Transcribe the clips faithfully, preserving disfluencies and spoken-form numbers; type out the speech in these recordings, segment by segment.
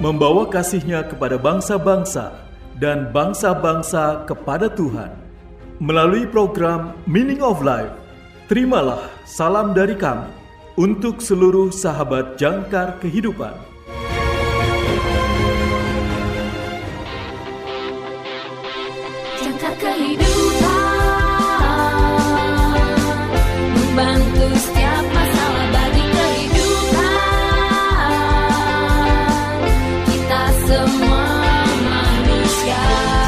membawa kasih-Nya kepada bangsa-bangsa dan bangsa-bangsa kepada Tuhan. Melalui program Meaning of Life, terimalah salam dari kami untuk seluruh sahabat jangkar kehidupan. Jangkar kehidupan, membantu setiap masalah bagi kehidupan kita semua manusia.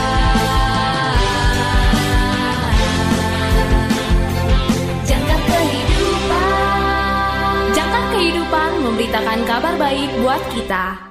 Jangkar kehidupan, jangkar kehidupan memberitakan kabar baik buat kita.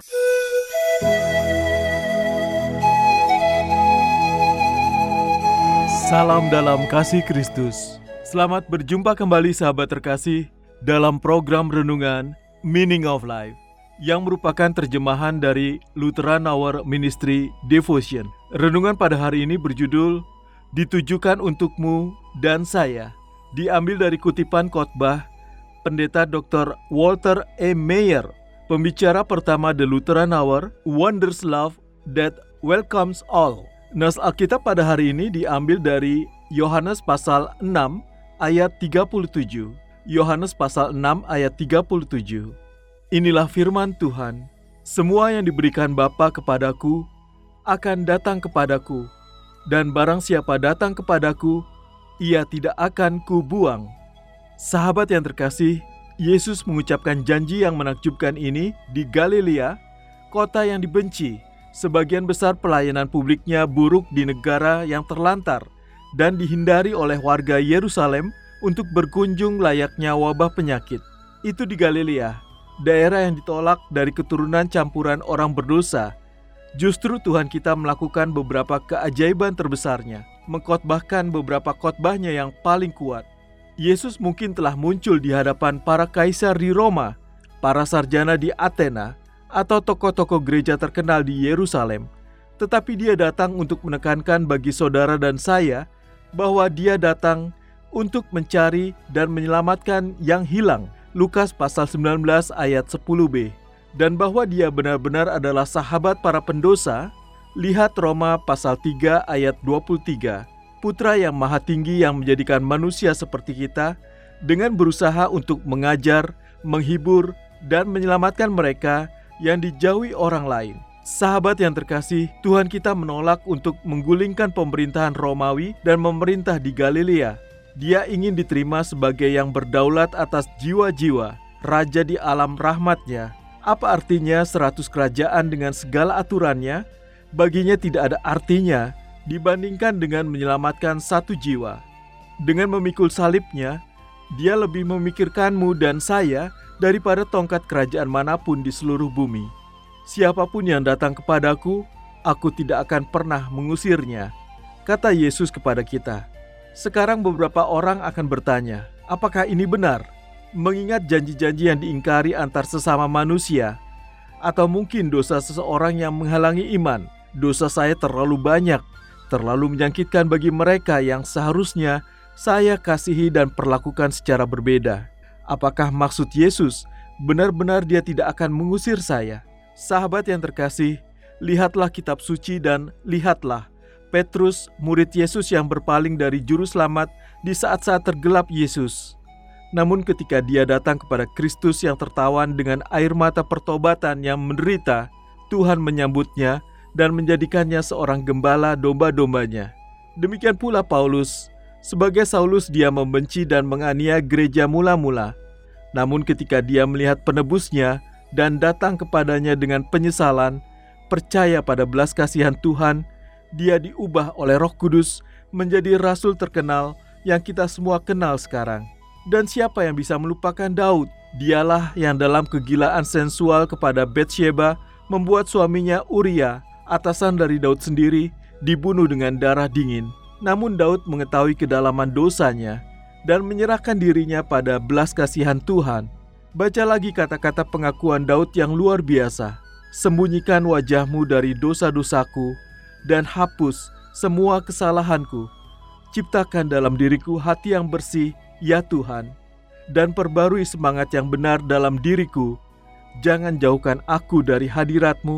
Salam dalam kasih Kristus. Selamat berjumpa kembali sahabat terkasih dalam program renungan Meaning of Life yang merupakan terjemahan dari Lutheran Hour Ministry Devotion. Renungan pada hari ini berjudul Ditujukan Untukmu dan Saya. Diambil dari kutipan khotbah Pendeta Doktor Walter A. Mayer, pembicara pertama The Lutheran Hour, Wonders Love That Welcomes All. Nas Alkitab pada hari ini diambil dari Yohanes pasal enam ayat tiga puluh tujuh. Yohanes pasal enam ayat tiga puluh tujuh. Inilah firman Tuhan, semua yang diberikan Bapa kepadaku akan datang kepadaku, dan barang siapa datang kepadaku, ia tidak akan kubuang. Sahabat yang terkasih, Yesus mengucapkan janji yang menakjubkan ini di Galilea, kota yang dibenci. Sebagian besar pelayanan publiknya buruk di negara yang terlantar dan dihindari oleh warga Yerusalem untuk berkunjung layaknya wabah penyakit. Itu di Galilea, daerah yang ditolak dari keturunan campuran orang berdosa. Justru Tuhan kita melakukan beberapa keajaiban terbesarnya, mengkhotbahkan beberapa khotbahnya yang paling kuat. Yesus mungkin telah muncul di hadapan para kaisar di Roma, para sarjana di Athena, atau tokoh-tokoh gereja terkenal di Yerusalem, tetapi dia datang untuk menekankan bagi saudara dan saya bahwa dia datang untuk mencari dan menyelamatkan yang hilang, Lukas pasal sembilan belas ayat sepuluh b, dan bahwa dia benar-benar adalah sahabat para pendosa, lihat Roma pasal tiga ayat dua puluh tiga, Putra yang Maha Tinggi yang menjadikan manusia seperti kita dengan berusaha untuk mengajar, menghibur, dan menyelamatkan mereka yang dijauhi orang lain. Sahabat yang terkasih, Tuhan kita menolak untuk menggulingkan pemerintahan Romawi dan memerintah di Galilea. Dia ingin diterima sebagai yang berdaulat atas jiwa-jiwa, raja di alam rahmat-Nya. Apa artinya seratus kerajaan dengan segala aturannya? Baginya tidak ada artinya dibandingkan dengan menyelamatkan satu jiwa. Dengan memikul salibnya, dia lebih memikirkanmu dan saya daripada tongkat kerajaan manapun di seluruh bumi. Siapapun yang datang kepadaku, aku tidak akan pernah mengusirnya, kata Yesus kepada kita. Sekarang beberapa orang akan bertanya, apakah ini benar? Mengingat janji-janji yang diingkari antar sesama manusia, atau mungkin dosa seseorang yang menghalangi iman. Dosa saya terlalu banyak, terlalu menyakitkan bagi mereka yang seharusnya saya kasihi dan perlakukan secara berbeda. Apakah maksud Yesus benar-benar dia tidak akan mengusir saya? Sahabat yang terkasih, lihatlah kitab suci dan lihatlah Petrus, murid Yesus yang berpaling dari juru selamat di saat-saat tergelap Yesus. Namun ketika dia datang kepada Kristus yang tertawan dengan air mata pertobatan yang menderita, Tuhan menyambutnya dan menjadikannya seorang gembala domba-dombanya. Demikian pula Paulus. Sebagai Saulus dia membenci dan menganiaya gereja mula-mula. Namun ketika dia melihat penebusnya dan datang kepadanya dengan penyesalan, percaya pada belas kasihan Tuhan, dia diubah oleh Roh Kudus menjadi rasul terkenal yang kita semua kenal sekarang. Dan siapa yang bisa melupakan Daud? Dialah yang dalam kegilaan sensual kepada Batsheba membuat suaminya Uria, atasan dari Daud sendiri, dibunuh dengan darah dingin. Namun Daud mengetahui kedalaman dosanya dan menyerahkan dirinya pada belas kasihan Tuhan. Baca lagi kata-kata pengakuan Daud yang luar biasa. Sembunyikan wajahmu dari dosa-dosaku dan hapus semua kesalahanku. Ciptakan dalam diriku hati yang bersih, ya Tuhan, dan perbarui semangat yang benar dalam diriku. Jangan jauhkan aku dari hadirat-Mu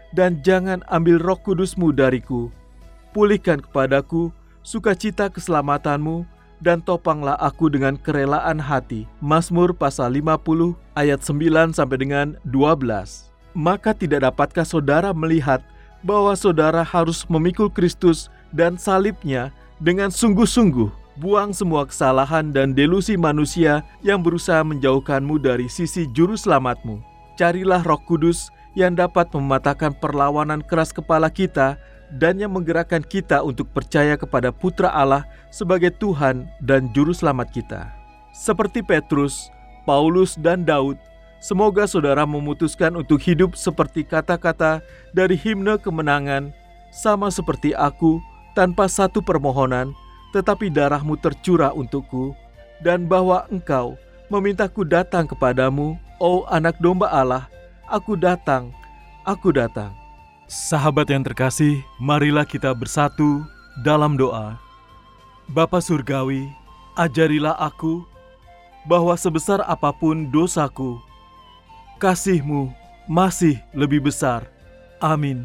dan jangan ambil Roh Kudus-Mu dariku. Pulihkan kepadaku sukacita keselamatanmu, dan topanglah aku dengan kerelaan hati. Mazmur pasal lima puluh ayat sembilan sampai dengan dua belas. Maka tidak dapatkah saudara melihat bahwa saudara harus memikul Kristus dan salibnya dengan sungguh-sungguh? Buang semua kesalahan dan delusi manusia yang berusaha menjauhkanmu dari sisi juru selamatmu. Carilah Roh Kudus yang dapat mematahkan perlawanan keras kepala kita dan yang menggerakkan kita untuk percaya kepada Putra Allah sebagai Tuhan dan Juru Selamat kita. Seperti Petrus, Paulus, dan Daud, semoga saudara memutuskan untuk hidup seperti kata-kata dari himne kemenangan, sama seperti aku, tanpa satu permohonan, tetapi darahmu tercurah untukku, dan bahwa engkau memintaku datang kepadamu, oh anak domba Allah, aku datang, aku datang. Sahabat yang terkasih, marilah kita bersatu dalam doa. Bapa Surgawi, ajarilah aku bahwa sebesar apapun dosaku, kasih-Mu masih lebih besar. Amin.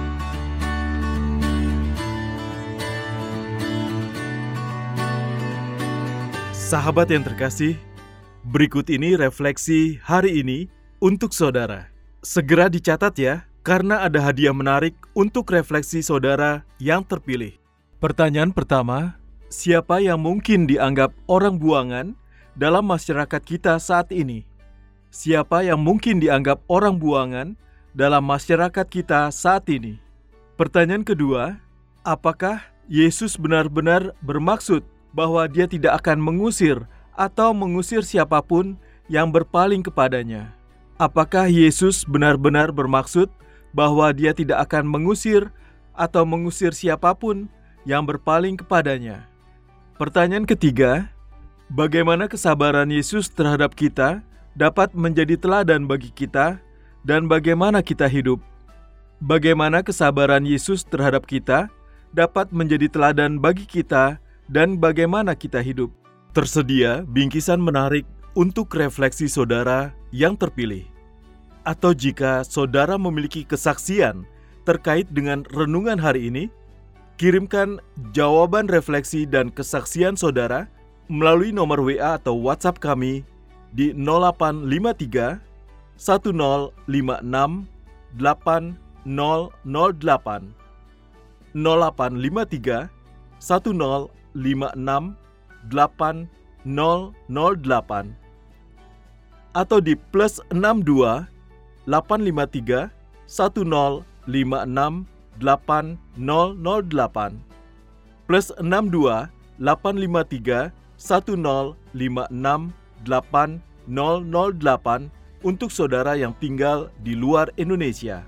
Sahabat yang terkasih, berikut ini refleksi hari ini untuk saudara. Segera dicatat ya, karena ada hadiah menarik untuk refleksi saudara yang terpilih. Pertanyaan pertama, siapa yang mungkin dianggap orang buangan dalam masyarakat kita saat ini? Siapa yang mungkin dianggap orang buangan dalam masyarakat kita saat ini? Pertanyaan kedua, apakah Yesus benar-benar bermaksud bahwa Dia tidak akan mengusir atau mengusir siapapun yang berpaling kepadanya? Apakah Yesus benar-benar bermaksud bahwa Dia tidak akan mengusir atau mengusir siapapun yang berpaling kepadanya? Pertanyaan ketiga, bagaimana kesabaran Yesus terhadap kita dapat menjadi teladan bagi kita dan bagaimana kita hidup? Bagaimana kesabaran Yesus terhadap kita dapat menjadi teladan bagi kita dan bagaimana kita hidup? Tersedia bingkisan menarik untuk refleksi saudara yang terpilih. Atau jika saudara memiliki kesaksian terkait dengan renungan hari ini, kirimkan jawaban refleksi dan kesaksian saudara melalui nomor W A atau WhatsApp kami di nol delapan lima tiga satu nol lima enam delapan nol nol delapan nol delapan lima tiga satu nol lima enam delapan nol nol delapan atau di plus enam dua delapan lima tiga satu nol lima enam delapan nol nol delapan plus enam dua delapan lima tiga satu nol lima enam delapan nol nol delapan untuk saudara yang tinggal di luar Indonesia.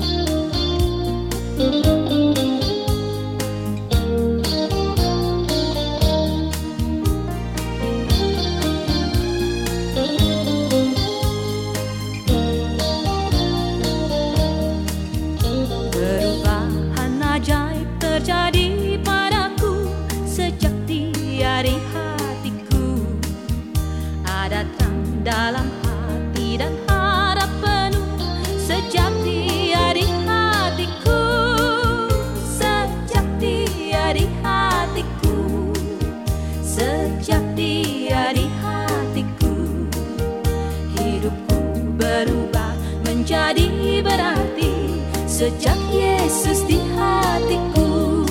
Terjadi padaku sejak di hari hatiku. Ada terang dalam hati dan harap penuh sejak di hari hatiku. Sejak di hari hatiku. Sejak di hari hatiku. Hidupku berubah menjadi berarti sejak Yesus di hatiku.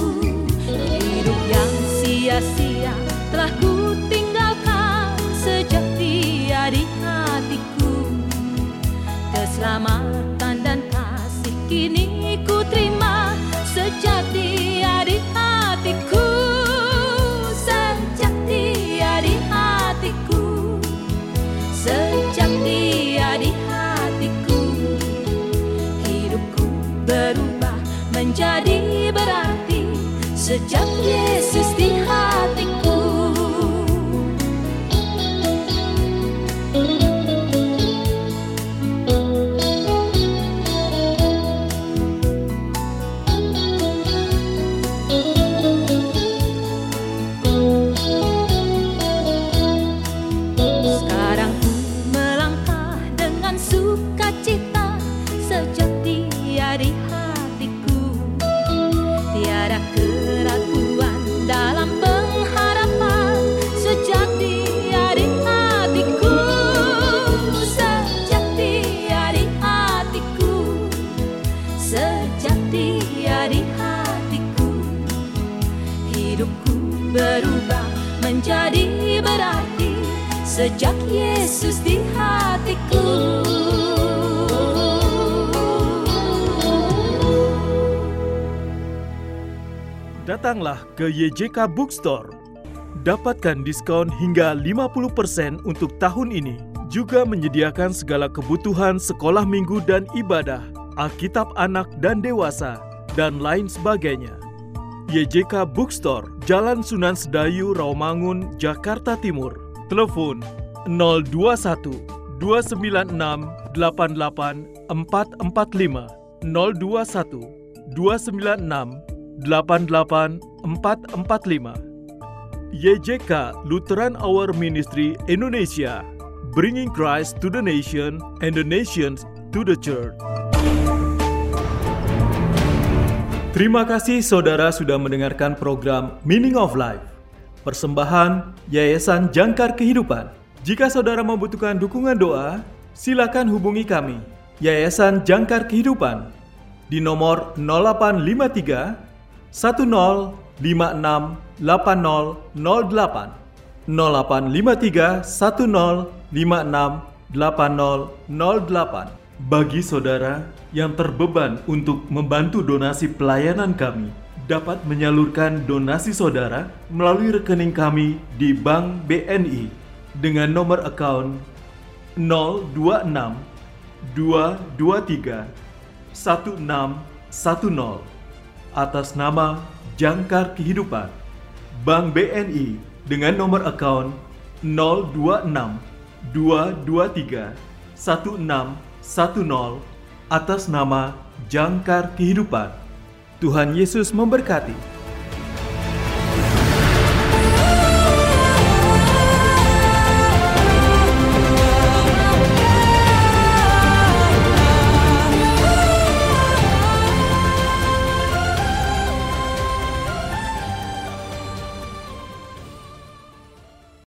Sia-sia telah ku tinggalkan sejak dia di hatiku. Keselamatan dan kasih kini ku terima sejak dia di hatiku. Sejak dia di hatiku. Sejak dia di hatiku. Hidupku berubah menjadi berarti sejak Yesus di hatiku. Sekarang ku melangkah dengan sukacita sejak dia di hatiku. berubah menjadi berarti sejak Yesus di hatiku. Datanglah ke Y J K Bookstore. Dapatkan diskon hingga lima puluh persen untuk tahun ini. Juga menyediakan segala kebutuhan sekolah minggu dan ibadah, Alkitab anak dan dewasa, dan lain sebagainya. Y J K Bookstore, Jalan Sunan Sedayu, Rawamangun, Jakarta Timur. Telepon nol dua satu dua sembilan enam delapan delapan empat empat lima nol dua satu dua sembilan enam delapan delapan empat empat lima. Y J K Lutheran Hour Ministry Indonesia, bringing Christ to the nation and the nations to the church. Terima kasih saudara sudah mendengarkan program Meaning of Life, persembahan Yayasan Jangkar Kehidupan. Jika saudara membutuhkan dukungan doa, silakan hubungi kami, Yayasan Jangkar Kehidupan, di nomor nol delapan lima tiga satu nol lima enam delapan nol nol delapan nol delapan lima tiga satu nol lima enam delapan nol nol delapan. Bagi saudara yang terbeban untuk membantu donasi pelayanan kami, dapat menyalurkan donasi saudara melalui rekening kami di Bank B N I dengan nomor account nol dua enam dua dua tiga satu enam satu nol atas nama Jangkar Kehidupan. Bank B N I dengan nomor account nol dua enam dua dua tiga satu enam satu nol atas nama Jangkar Kehidupan. Tuhan Yesus memberkati.